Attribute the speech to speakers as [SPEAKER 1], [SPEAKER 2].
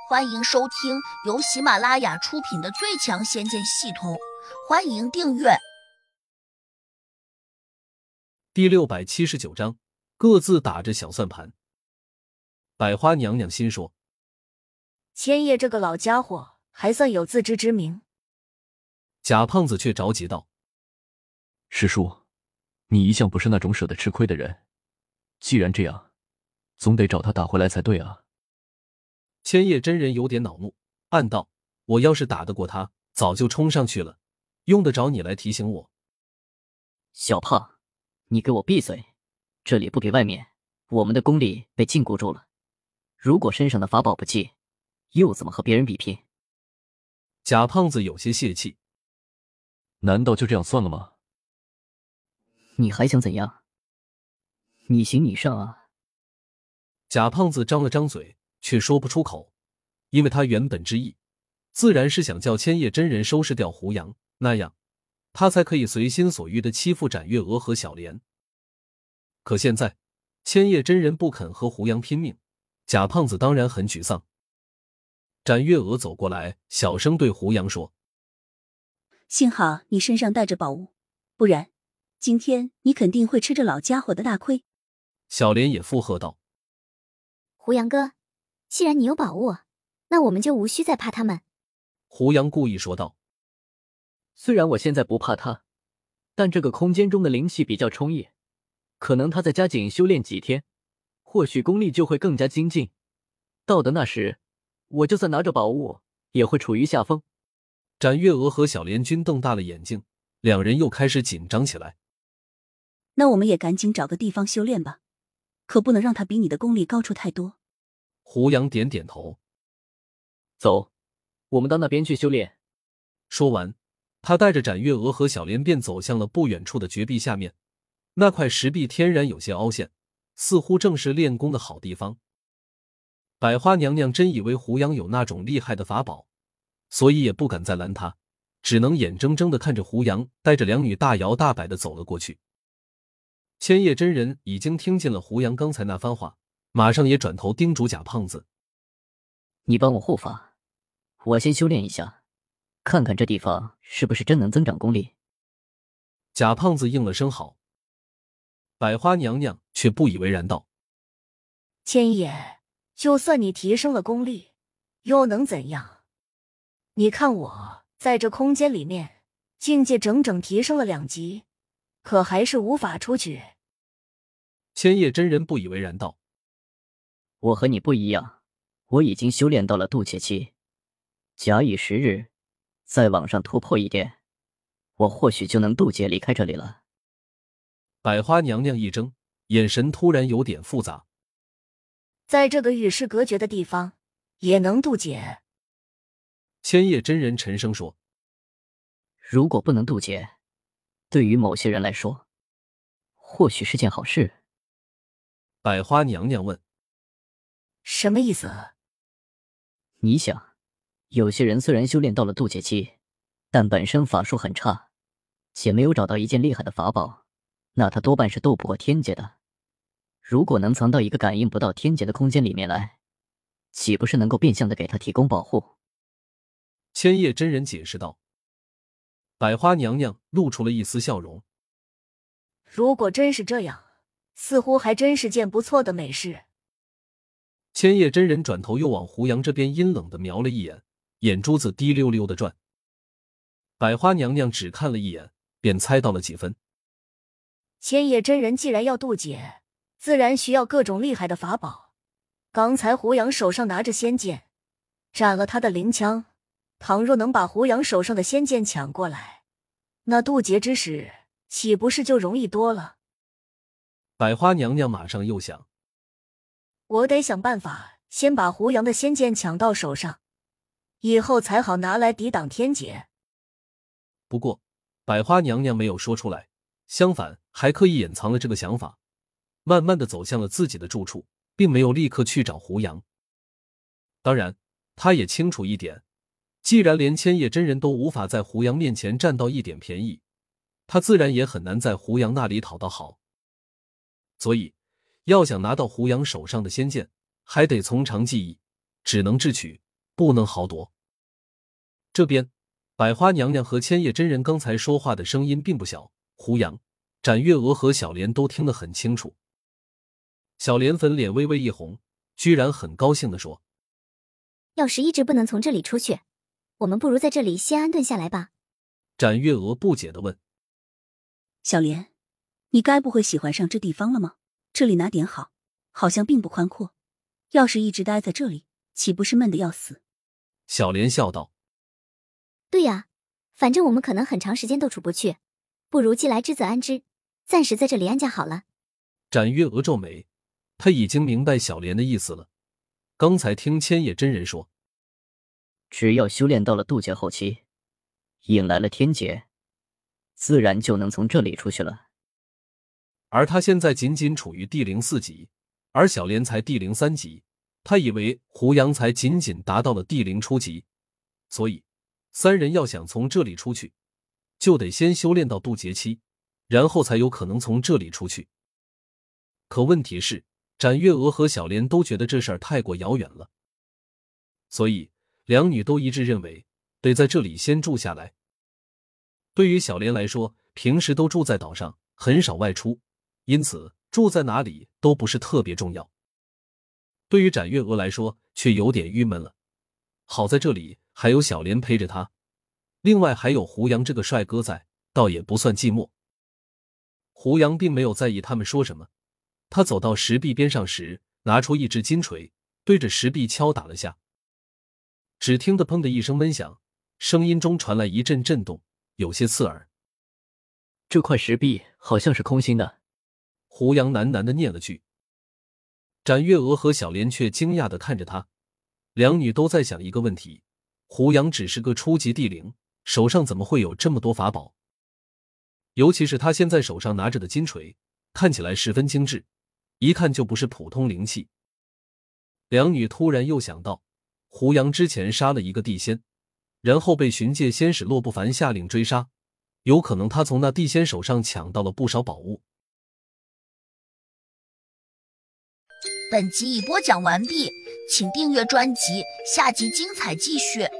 [SPEAKER 1] 欢迎收听由喜马拉雅出品的《最强仙剑系统》，欢迎订阅。
[SPEAKER 2] 第679章，各自打着小算盘。百花娘娘心说：
[SPEAKER 3] 千叶这个老家伙还算有自知之明。
[SPEAKER 2] 贾胖子却着急道：
[SPEAKER 4] 师叔，你一向不是那种舍得吃亏的人，既然这样，总得找他打回来才对啊。
[SPEAKER 2] 千叶真人有点恼怒，暗道：我要是打得过他，早就冲上去了，用得着你来提醒我？
[SPEAKER 5] 小胖，你给我闭嘴！这里不给外面，我们的功力被禁锢住了。如果身上的法宝不济，又怎么和别人比拼？
[SPEAKER 2] 贾胖子有些泄气。
[SPEAKER 4] 难道就这样算了吗？
[SPEAKER 5] 你还想怎样？你行你上啊！
[SPEAKER 2] 贾胖子张了张嘴，却说不出口，因为他原本之意自然是想叫千叶真人收拾掉胡杨，那样他才可以随心所欲地欺负展月娥和小莲。可现在千叶真人不肯和胡杨拼命，贾胖子当然很沮丧。展月娥走过来，小声对胡杨说：
[SPEAKER 6] 幸好你身上带着宝物，不然今天你肯定会吃着老家伙的大亏。
[SPEAKER 2] 小莲也附和道：
[SPEAKER 7] 胡杨哥，既然你有宝物，那我们就无需再怕他们。
[SPEAKER 2] 胡杨故意说道：
[SPEAKER 5] 虽然我现在不怕他，但这个空间中的灵气比较充溢，可能他再加紧修炼几天，或许功力就会更加精进。到的那时，我就算拿着宝物，也会处于下风。
[SPEAKER 2] 展月娥和小莲均瞪大了眼睛，两人又开始紧张起来。
[SPEAKER 6] 那我们也赶紧找个地方修炼吧，可不能让他比你的功力高出太多。
[SPEAKER 2] 胡杨点点头。
[SPEAKER 5] 走，我们到那边去修炼。
[SPEAKER 2] 说完，他带着展月娥和小莲便走向了不远处的绝壁下面。那块石壁天然有些凹陷，似乎正是练功的好地方。百花娘娘真以为胡杨有那种厉害的法宝，所以也不敢再拦他，只能眼睁睁地看着胡杨带着两女大摇大摆地走了过去。千叶真人已经听见了胡杨刚才那番话，马上也转头叮嘱贾胖子：
[SPEAKER 5] 你帮我护法，我先修炼一下，看看这地方是不是真能增长功力。
[SPEAKER 2] 贾胖子应了声好。百花娘娘却不以为然道：
[SPEAKER 3] 千叶，就算你提升了功力，又能怎样？你看我在这空间里面，境界整整提升了2级，可还是无法出去。
[SPEAKER 2] 千叶真人不以为然道：
[SPEAKER 5] 我和你不一样，我已经修炼到了渡劫期，假以时日，再往上突破一点，我或许就能渡劫离开这里了。
[SPEAKER 2] 百花娘娘一怔，眼神突然有点复杂。
[SPEAKER 3] 在这个与世隔绝的地方，也能渡劫？
[SPEAKER 2] 千叶真人沉声说：
[SPEAKER 5] 如果不能渡劫，对于某些人来说，或许是件好事。
[SPEAKER 2] 百花娘娘问：
[SPEAKER 3] 什么意思？
[SPEAKER 5] 你想，有些人虽然修炼到了渡劫期，但本身法术很差，且没有找到一件厉害的法宝，那他多半是斗不过天劫的。如果能藏到一个感应不到天劫的空间里面来，岂不是能够变相的给他提供保护？
[SPEAKER 2] 千叶真人解释道。百花娘娘露出了一丝笑容。
[SPEAKER 3] 如果真是这样，似乎还真是件不错的美事。
[SPEAKER 2] 千叶真人转头又往胡杨这边阴冷地瞄了一眼，眼珠子滴溜溜地转。百花娘娘只看了一眼，便猜到了几分。
[SPEAKER 3] 千叶真人既然要渡劫，自然需要各种厉害的法宝。刚才胡杨手上拿着仙剑，斩了他的灵枪，倘若能把胡杨手上的仙剑抢过来，那渡劫之时岂不是就容易多了？
[SPEAKER 2] 百花娘娘马上又想，
[SPEAKER 3] 我得想办法先把胡杨的仙剑抢到手上，以后才好拿来抵挡天劫。
[SPEAKER 2] 不过百花娘娘没有说出来，相反还刻意掩藏了这个想法，慢慢地走向了自己的住处，并没有立刻去找胡杨。当然她也清楚一点，既然连千叶真人都无法在胡杨面前占到一点便宜，他自然也很难在胡杨那里讨到好。所以要想拿到胡杨手上的仙剑，还得从长计议，只能智取， 不能豪夺。这边，百花娘娘和千叶真人刚才说话的声音并不小，胡杨、展月娥和小莲都听得很清楚。小莲粉脸微微一红，居然很高兴地说：“
[SPEAKER 7] 要是一直不能从这里出去，我们不如在这里先安顿下来吧。”
[SPEAKER 2] 展月娥不解地问：“
[SPEAKER 6] 小莲，你该不会喜欢上这地方了吗？这里哪点好？好像并不宽阔。要是一直待在这里，岂不是闷得要死？”
[SPEAKER 2] 小莲笑道：“
[SPEAKER 7] 对呀，反正我们可能很长时间都出不去，不如既来之则安之，暂时在这里安家好了。”
[SPEAKER 2] 展月娥皱眉，她已经明白小莲的意思了。刚才听千叶真人说，
[SPEAKER 5] 只要修炼到了渡劫后期，引来了天劫，自然就能从这里出去了。
[SPEAKER 2] 而他现在仅仅处于地灵4级，而小莲才地灵3级，他以为胡杨才仅仅达到了地灵初级，所以三人要想从这里出去，就得先修炼到渡劫期，然后才有可能从这里出去。可问题是，展月娥和小莲都觉得这事儿太过遥远了，所以两女都一致认为得在这里先住下来。对于小莲来说，平时都住在岛上，很少外出，因此住在哪里都不是特别重要。对于展月娥来说，却有点郁闷了。好在这里还有小莲陪着她，另外还有胡杨这个帅哥在，倒也不算寂寞。胡杨并没有在意他们说什么，他走到石壁边上时，拿出一只金锤，对着石壁敲打了下。只听得砰的一声闷响，声音中传来一阵震动，有些刺耳。
[SPEAKER 4] 这块石壁好像是空心的。
[SPEAKER 2] 胡杨喃喃地念了句。展月娥和小莲却惊讶地看着他，两女都在想一个问题：胡杨只是个初级地灵，手上怎么会有这么多法宝？尤其是他现在手上拿着的金锤，看起来十分精致，一看就不是普通灵气。两女突然又想到，胡杨之前杀了一个地仙，然后被巡界仙使洛不凡下令追杀，有可能他从那地仙手上抢到了不少宝物。
[SPEAKER 1] 本集已播讲完毕，请订阅专辑，下集精彩继续。